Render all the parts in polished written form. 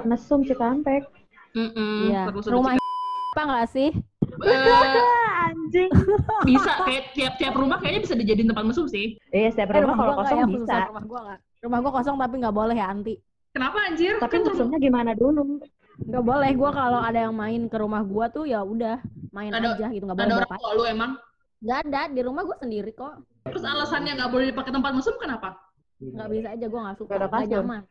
mesum Cikampek. Iya. Tempat mesum Rumah di apa nggak sih? Anjing. bisa kayak tiap rumah kayaknya bisa dijadiin tempat mesum sih. Iya, setiap rumah kalau gua nggak kosong ya, bisa. khususan rumah gua nggak. Rumah gua kosong tapi nggak boleh ya anti. Kenapa anjir? Tapi mesumnya gimana dulu? Nggak boleh. Gua kalau ada yang main ke rumah gua tuh ya udah main aja gitu, nggak boleh ada bawa orang tua lu emang? Nggak ada, di rumah gua sendiri kok. Terus alasannya nggak boleh dipakai tempat mesum kenapa? Nggak bisa aja, gua nggak suka, Nggak ada nggak kasur. nyaman.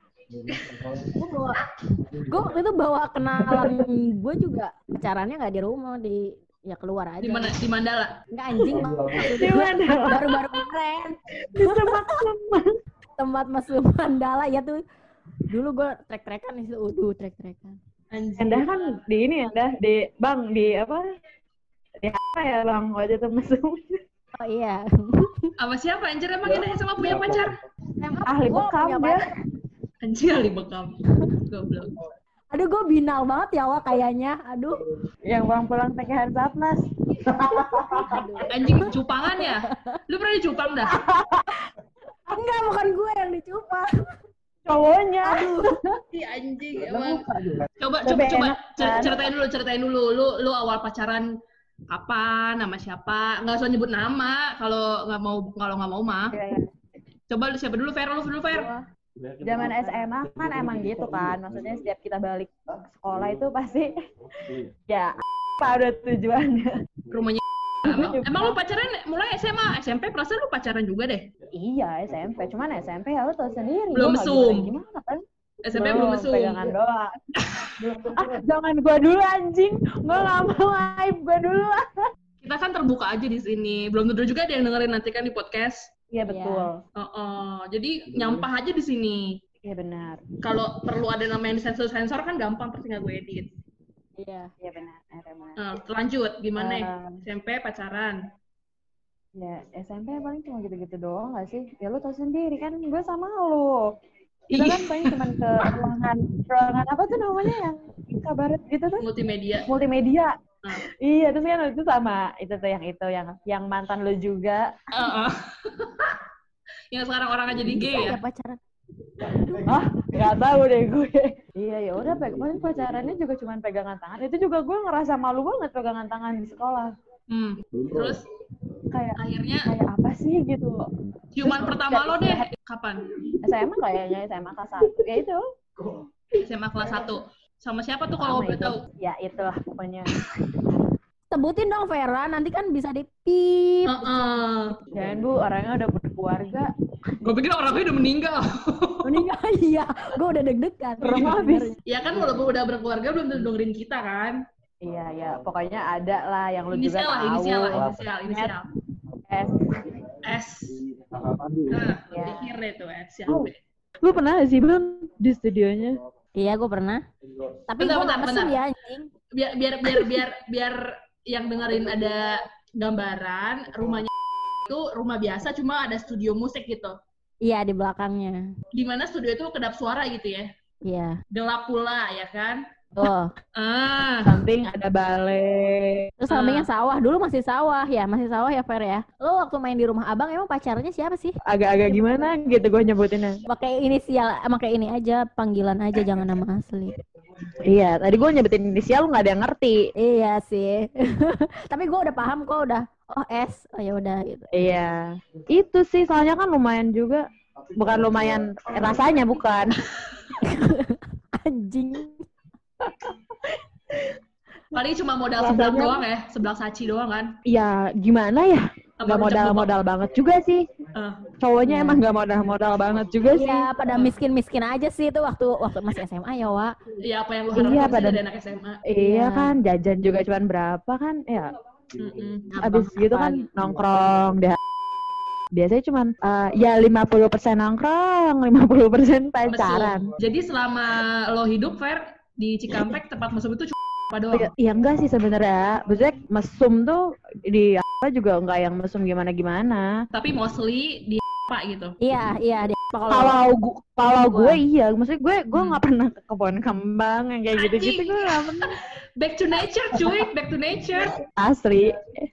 Gue waktu itu bawa kenalan gue juga pacarannya nggak di rumah, ya keluar aja. Di mana? Di Mandala. Nggak anjing, Di mana? baru-baru kemarin Di tempat tempat mesum Mandala ya tuh. Dulu gue trek-trekan itu, trek-trekan. Endah kan di ini Endah di Bang di apa? Di apa ya Bang? Waktu itu mesum. Oh iya. Sama siapa anjir emang ini sama punya pacar? Ahli Gua bekam punya dia. pacar. Anjir ahli bekam. Goblok. Aduh, gue binal banget ya Wak kayaknya. Aduh. Yang pulang TKH Satnas. Anjing cupangan ya? Lu pernah dicupang dah? Enggak, bukan gue yang dicupang. Cowoknya. Iya anjing emang. Coba Tapi enak, kan? ceritain dulu. Lu awal pacaran kapan, nama siapa? Nggak usah nyebut nama kalau nggak mau mah. Iya. Coba lu siapa dulu, Fer? Lu Fer. Zaman SMA kan emang gitu kan, maksudnya setiap kita balik sekolah itu pasti ya apa udah tujuannya. Rumahnya emang lu pacaran mulai SMA, SMP perasaan lu pacaran juga deh. Iya SMP, cuman SMP ya lu tau sendiri. Belum gua nggak mesum. Gimana kan? SMP belum mesum. Pegangan doang. Jangan gua dulu anjing, gua nggak mau aib gua dulu. Kita kan terbuka aja di sini. Belum tentu juga ada yang dengerin nanti kan di podcast. Iya betul. Jadi nyampah aja di sini. Iya benar. Kalau perlu ada nama yang disensor kan gampang, pasti nggak gue edit. Iya. Iya benar. Benar. Lanjut, gimana? SMP pacaran. Ya SMP paling cuma gitu-gitu doang nggak sih? Ya lu tau sendiri kan, gue sama lu. Kita kan paling cuma ke ruangan apa tuh namanya yang kabaret gitu tuh? Multimedia. Iya, terus kan itu sama itu tuh yang mantan lu juga. Yang sekarang orangnya jadi gay ya? Pacaran. Nggak tahu deh gue. Iya ya udah, paling pacarannya juga cuma pegangan tangan. Itu juga gue ngerasa malu banget pegangan tangan di sekolah. Terus kayak akhirnya kayak apa sih gitu. Ciuman pertama lo deh kapan? SMA kayaknya, SMA kelas 1. Ya itu. SMA kelas 1. Sama siapa tuh kalau boleh tahu? Ya itulah pokoknya. Sebutin dong Vera, nanti kan bisa dipip. Jangan Bu, orangnya udah berkeluarga. Gue pikir orangnya udah meninggal. Meninggal, iya. Gue udah deg-degan. Habis. Ya kan walaupun udah berkeluarga belum tentu dengerin kita kan? Iya ya, pokoknya ada lah yang lu inisial juga tahu. Inisial. S. Pikir deh tuh S siapa? Lu pernah sih Bang di studionya? Iya, gue pernah. Tapi gue nggak mesum ya anjing. Biar yang dengerin ada gambaran rumahnya itu rumah biasa cuma ada studio musik gitu. Iya, di belakangnya. Di mana studio itu kedap suara gitu ya? Iya. Gelap pula ya kan? Oh. Samping ada balai. Terus sampingnya sawah. Dulu masih sawah ya Fer ya. Lo waktu main di rumah abang emang pacarnya siapa sih? Agak-agak gimana gitu gue nyebutinnya. Pakai inisial, pakai ini aja, panggilan aja, jangan nama asli. Iya, tadi gue nyebutin inisial, nggak ada yang ngerti. Iya sih. Tapi gue udah paham kok, udah. Oh S, oh ya udah gitu. Iya, itu sih soalnya kan lumayan juga. Bukan lumayan rasanya bukan. Anjing. Paling cuma modal sebelah doang ya, sebelah saci doang kan? Iya, gimana ya? Gak modal-modal banget juga sih. Cowoknya emang gak modal-modal banget juga sih. Iya, pada miskin-miskin aja sih itu waktu masih SMA ya, Wak. Iya, apa yang lu harapkan pada dari anak SMA. Iya kan, jajan juga cuma berapa kan? Ya. Abis gitu kan nongkrong deh. Biasanya cuma ya 50% nongkrong, 50% pacaran. Jadi selama lo hidup, Fer, di Cikampek tempat mesum itu apa doang? Iya enggak sih sebenarnya. Maksudnya mesum tuh di apa juga enggak yang mesum gimana-gimana. Tapi mostly di apa gitu. Iya, di kalau gue iya, maksudnya gue nggak pernah ke kebun kembang yang kayak gitu-gitu, gue nggak pernah. Back to nature, cuy, back to nature. Asli.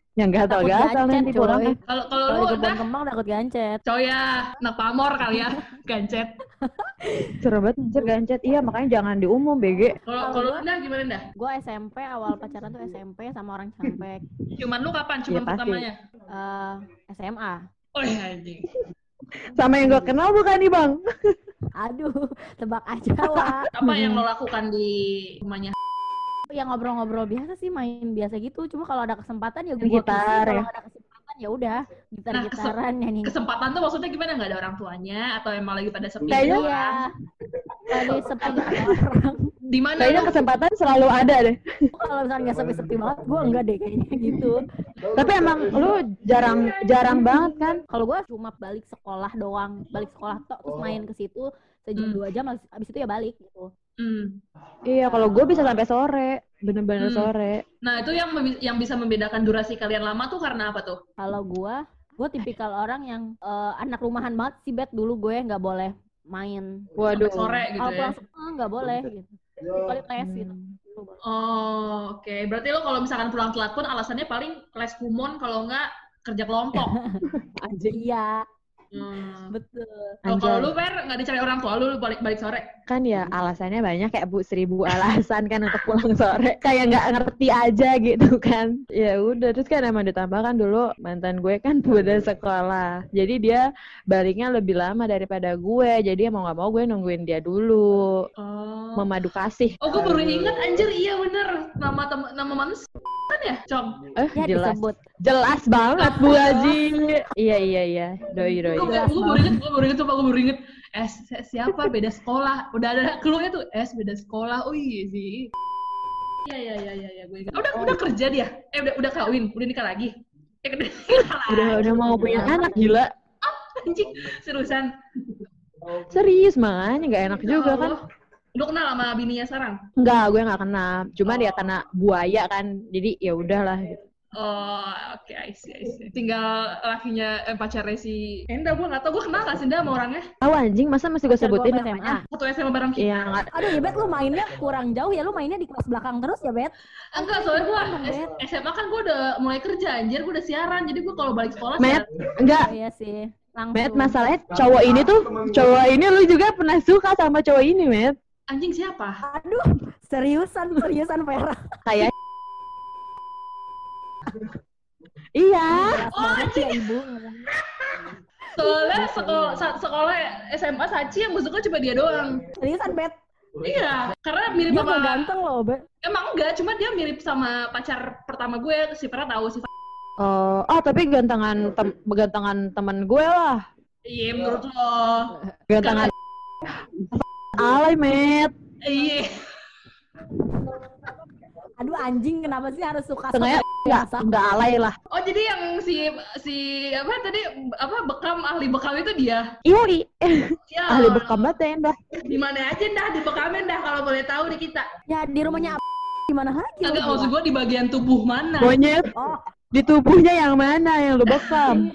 Yang gatal-gatal gancet, nanti pulang. coy. Kalau Kalau lu di kebun udah kembang takut gancet. coy ya, anak pamor kali ya, gancet. Seru banget anjir gancet. Iya, makanya jangan di umum, BG. Kalau lu dah gimana dah? Gue SMP, awal pacaran tuh SMP sama orang Campek. Ciuman lu kapan? Ciuman Iya, pasti. pertamanya? SMA. Oh iya anjing. Sama yang gue kenal bukan nih, Bang? Aduh, tebak aja, Wak. Apa yang lo lakukan di rumahnya? Ya ngobrol-ngobrol biasa sih, main biasa gitu. Cuma kalau ada kesempatan ya gue Gitar, kalau ya? ada kesempatan ya udah gitar-gitaran nyanyi. Kesempatan tuh maksudnya gimana? Nggak ada orang tuanya atau emang lagi pada sepi? Kayaknya doang? Iya. Tadi sepi nggak ada orang. Di mana Kayaknya lu? kesempatan selalu ada deh. Kalau misalnya nggak sepi-sepi banget, gue enggak deh kayaknya gitu. Tapi emang lu jarang banget kan? Kalau gue cuma balik sekolah doang, balik sekolah terus main ke situ sejam 2 jam, abis itu ya balik gitu. Iya, kalau gue bisa sampai sore, bener-bener sore. Nah itu yang bisa membedakan durasi kalian lama tuh karena apa tuh? Kalau gue tipikal orang yang anak rumahan banget sih, Bet. Dulu gue nggak boleh main Waduh. Sampai sore gitu kalau ya? pulang sekolah nggak boleh gitu. Kecuali tes gitu. Oh oke. Berarti lo kalau misalkan pulang telat pun alasannya paling les kumon kalau nggak kerja kelompok. Anjing. Iya, Hmm. betul. Kalau lu Per nggak dicari orang tua lu balik sore. Kan ya alasannya banyak kayak 1000 alasan kan untuk pulang sore. Kayak nggak ngerti aja gitu kan. Ya udah, terus kan emang ditambahkan dulu mantan gue kan udah sekolah. Jadi dia baliknya lebih lama daripada gue. Jadi mau nggak mau gue nungguin dia dulu. Oh. Memadu kasih. Oh gue baru ingat anjir, iya bener. Nama manusia kan ya, Cong? Ya Jelas. disebut. Jelas banget Bu Haji. Iya. Doi. Gue baru inget, gue baru inget. Siapa beda sekolah? Udah ada clue-nya tuh. Beda sekolah. Oh iya sih. Iya, gue ingat. Udah kerja dia. Udah kawin, udah nikah lagi. Udah mau punya anak, gila. Anjing, seriusan. Serius, makanya nggak enak juga kan. Lu kenal sama bininya sekarang? Enggak, gue nggak kena. Cuma dia kena buaya kan. Jadi ya udahlah gitu. Oh, oke, I see. Tinggal lakinya pacarnya si Enda, gue nggak tau, gue kenal gak sih Enda sama orangnya? Tahu anjing, masa mesti gue sebutin Pacar gua namanya? Satu SMA bareng kita. Iya, nggak. Aduh ya Bet, lu mainnya kurang jauh ya, lu mainnya di kelas belakang terus ya Bet. Enggak, soalnya gue Bet. SMA kan gue udah mulai kerja, anjir, gue udah siaran, jadi gue kalau balik sekolah Met, enggak. Oh, iya sih, langsung. Met, masalahnya cowok ini lu juga pernah suka sama cowok ini, Met. Anjing siapa? Aduh, seriusan Vera. Kayak iya. Oh, anjing. Ya, Ibu. Soalnya sekolah SMA Sachi yang gue suka cuma dia doang. Seriusan Bet. Iya, karena mirip Dia sama... gak ganteng loh Bet. Emang enggak, cuma dia mirip sama pacar pertama gue, si Vera tahu si Tapi gantengan teman gue lah. Iya, menurut lo. Gantengan alay, Met. Iya. Aduh anjing, kenapa sih harus suka sama Setengahnya enggak alay lah. Oh, jadi yang si apa tadi ahli bekam itu dia. Yoi. Ya. Ahli bekam banget ya, Endah. Di mana aja dah di bekamin dah kalau boleh tahu di kita. Ya di rumahnya gimana lagi? Agak lu maksud gue di bagian tubuh mana? Monyet. Oh, Di tubuhnya yang mana yang lu bekam?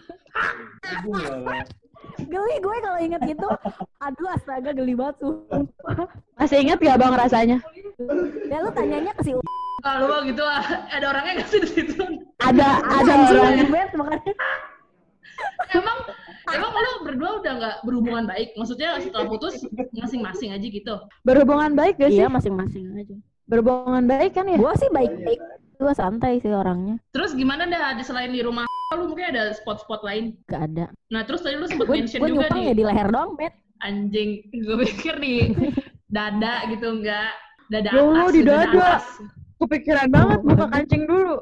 geli gue kalau inget itu. Aduh astaga, geli banget sumpah. Masih inget gak Bang rasanya? Ya lu tanyanya ke si Kalau gitu ada orangnya nggak sih di situ? Ada anjing orangnya. Bet, makanya. Emang lo berdua udah nggak berhubungan baik? Maksudnya setelah putus masing-masing aja gitu? Berhubungan baik gak sih? Iya masing-masing aja. Berhubungan baik kan ya? Gue sih baik-baik. Gue santai sih orangnya. Terus gimana dah selain di rumah lu mungkin ada spot-spot lain? Gak ada. Nah terus tadi lu sempet Gue mention juga nyupang ya di leher doang Bet. anjing, gue pikir di dada gitu enggak, dada Ya Allah, atas, di gitu, dada. atas. Kepikiran banget buka kancing dulu.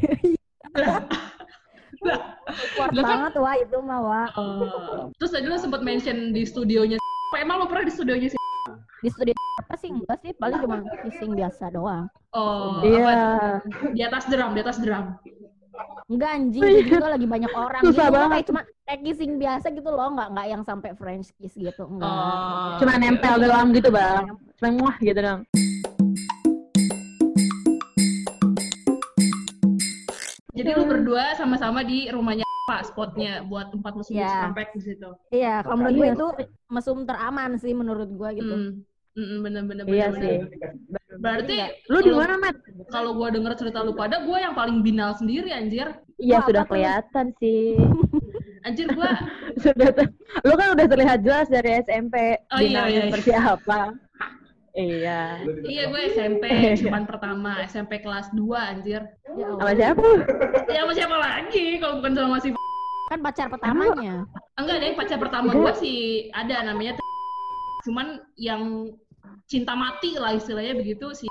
Kuat Lah kan- banget wah itu mah wah. Terus tadi lu sempet mention di studionya. Emang lu pernah di studionya sih? Di studio apa sih enggak sih, paling cuma kissing biasa doang. Oh, Iya. apa? Di atas drum. Enggak anjing, jadi juga lagi banyak orang. Susah gitu, banget. kayak cuma kayak kissing biasa gitu loh, enggak yang sampai French kiss gitu, enggak. Oh. Cuma nempel dalam gitu, Bang. Cuma muah gitu dong. Jadi lu berdua sama-sama di rumahnya Pak, spotnya buat tempat musim Iya. comeback di situ. Iya, kalau menurut gue itu mesum teraman sih menurut gue gitu. Bener. Iya sih. Berarti Lu di mana, Mat? kalau gua denger cerita lu pada, gua yang paling binal sendiri anjir. Iya, Apa sudah tuh? kelihatan sih. Anjir gua Lu kan udah terlihat jelas dari SMP. Oh, iya, Dinamnya iya. seperti apa. Iya. iya gue SMP cuman pertama SMP kelas 2 anjir. Ya Allah. Sama siapa? Ya sama siapa lagi kalau bukan sama si Kan pacar pertamanya. enggak deh, pacar pertama gue sih ada namanya cuman yang cinta mati lah istilahnya begitu sih.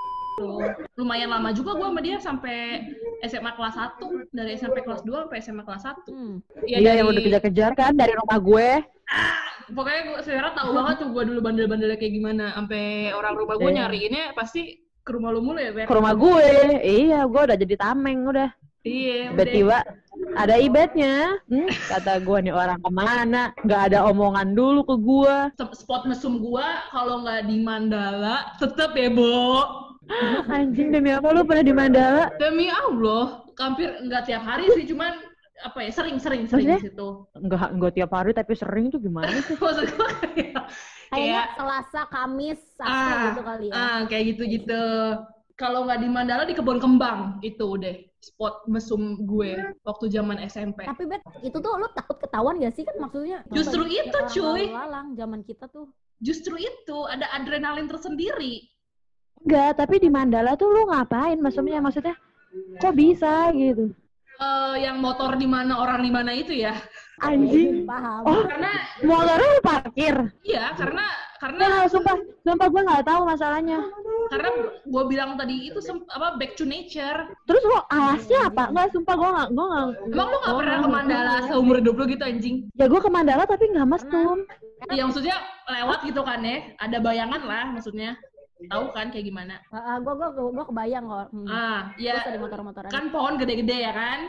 Lumayan lama juga gue sama dia sampai SMA kelas 1, dari SMP kelas 2 sampai SMA kelas 1. Iya, yang udah kejar-kejar kan dari rumah gue. Pokoknya gue sebenarnya tahu banget tuh gue dulu bandel-bandelnya kayak gimana, sampai orang rumah gue nyariinnya pasti ke rumah lu mulu ya, Ber? Ke rumah gue. Iya, gue udah jadi tameng udah. Iya, Tiba-tiba ada ibetnya. Kata gue nih orang kemana? Nggak ada omongan dulu ke gue. Spot mesum gue kalau nggak di Mandala tetep ya, Bo. Anjing, demi apa lu pernah di Mandala? Demi Allah, hampir nggak tiap hari sih, cuman apa ya, sering di situ. Enggak tiap hari tapi sering tuh gimana sih? Maksud gue Kayaknya Selasa, Kamis, Sabtu gitu kali ya. kayak gitu-gitu. Kalau nggak di Mandala, di Kebon Kembang itu deh spot mesum gue waktu zaman SMP. Tapi Bet, itu tuh lu takut ketahuan gak sih kan maksudnya? Justru banyak itu, orang cuy. lalang zaman kita tuh. Justru itu ada adrenalin tersendiri. Enggak, tapi di Mandala tuh lu ngapain? Maksudnya kok bisa gitu? Yang motor di mana, orang di mana itu ya? Anjing. Paham. Oh, Karena motornya lu parkir? iya, karena Nah, sumpah gue nggak tahu masalahnya. gue bilang tadi itu back to nature. Terus lo alasnya apa? Enggak, sumpah gue nggak. Emang lu nggak pernah ke Mandala seumur hidup lu gitu, anjing? Ya gue ke Mandala tapi nggak mesum. Ya maksudnya lewat gitu kan ya, ada bayangan lah maksudnya. Tahu kan kayak gimana? Gua kebayang kok. Ya Terus ada motor-motoran. kan pohon gede-gede ya kan?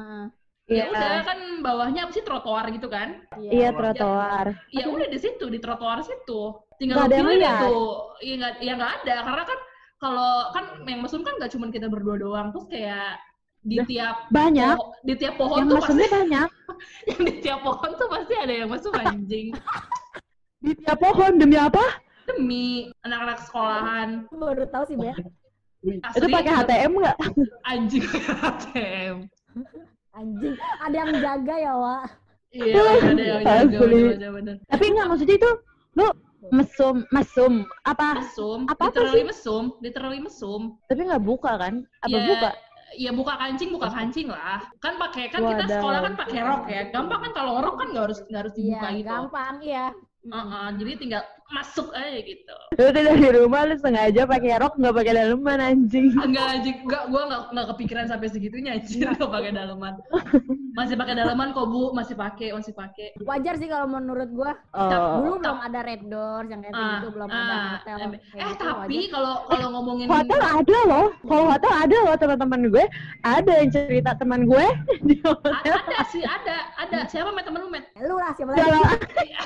Ya udah kan bawahnya apa sih, trotoar gitu kan? Iya, trotoar. Ya udah di situ, di trotoar situ. Tinggal Nggak ada yang pilih deh lihat. tuh. Ya nggak ada, karena kan kalau kan yang mesum kan nggak cuma kita berdua doang, terus kayak di tiap Banyak. di tiap pohon Yang tuh pasti mesumnya banyak. yang di tiap pohon tuh pasti ada yang mesum, anjing. Di tiap pohon demi apa? Demi anak-anak sekolahan. Gua baru tahu sih, Bet. Itu pakai HTM nggak? Anjing HTM. Anjing, ada yang jaga ya, Wak. Iya, ada yang jaga, bener. Tapi nggak, maksudnya itu lu mesum apa? Mesum, Apa literally mesum. Tapi nggak buka kan? Apa Ya, buka? Ya buka kancing lah. Kan pakai kita Wadaw. sekolah kan pakai rok ya. Gampang kan kalau rok kan nggak harus dibuka Iya, gitu. gampang, iya. Jadi tinggal masuk aja gitu. Lu dari rumah lu sengaja pakai rok nggak pakai daleman anjing. Enggak, gua nggak kepikiran sampai segitunya anjir nggak pakai daleman. Masih pakai daleman kok, Bu, masih pakai. Wajar sih kalau menurut gua. Dulu belum ada Red Doors yang kayak gitu, belum ada hotel. kayak gitu, tapi wajar. kalau ngomongin Hotel ada loh. Kalau hotel ada loh, teman-teman gue. Ada yang cerita teman gue di hotel. ada sih, ada. Siapa temen lu, Met? Lu lah siapa lagi? Kalau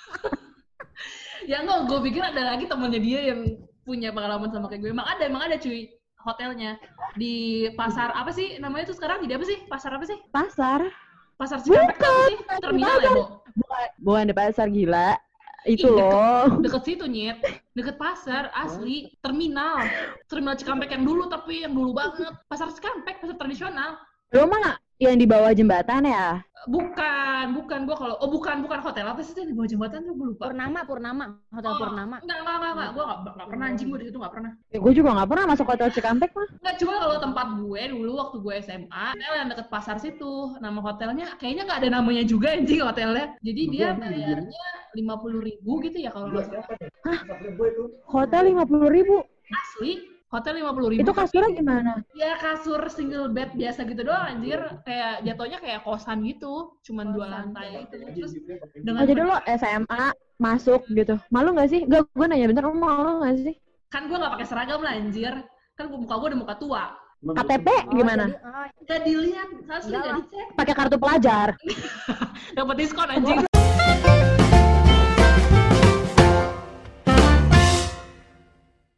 Ya enggak, gue pikir ada lagi temennya dia yang punya pengalaman sama kayak gue. Emang ada cuy, hotelnya di pasar apa sih namanya tuh sekarang? Jadi apa sih? Pasar apa sih? pasar. Pasar Cikampek apa sih? Terminal ya, Bo? Bukan di pasar, gila. Itu Ih, loh. Deket situ, Nyet. Deket pasar, asli. Terminal Cikampek yang dulu, tapi yang dulu banget. Pasar Cikampek, pasar tradisional. Lu mana? Yang di bawah jembatan ya? Bukan. Gua kalau bukan hotel apa sih yang di bawah jembatan tuh, gue lupa. Purnama, Hotel Purnama. Enggak. Gue enggak pernah, anjing, gue di situ enggak pernah. Ya, gue juga nggak pernah masuk hotel Cikampek mah. Enggak, cuma kalau tempat gue dulu waktu gue SMA, hotel yang deket pasar situ, nama hotelnya kayaknya nggak ada namanya juga, anjing, hotelnya. Jadi dia bayarnya 50.000 gitu ya kalau nggak salah. Hotel 50.000. Asli, hotel 50.000. Itu kasurnya gimana? Ya kasur single bed biasa gitu doang, anjir. Kayak jatuhnya kayak kosan gitu, cuman 2 lantai gitu. Terus dengan Jadi lo SMA masuk gitu. Malu nggak sih? Gak, gue nanya bener, lo malu nggak sih? kan gue nggak pakai seragam lah, anjir. Kan muka gue udah muka tua. KTP gimana? Jadi, Gak dilihat, asli gak dicek. Pakai kartu pelajar. Dapat diskon, anjing.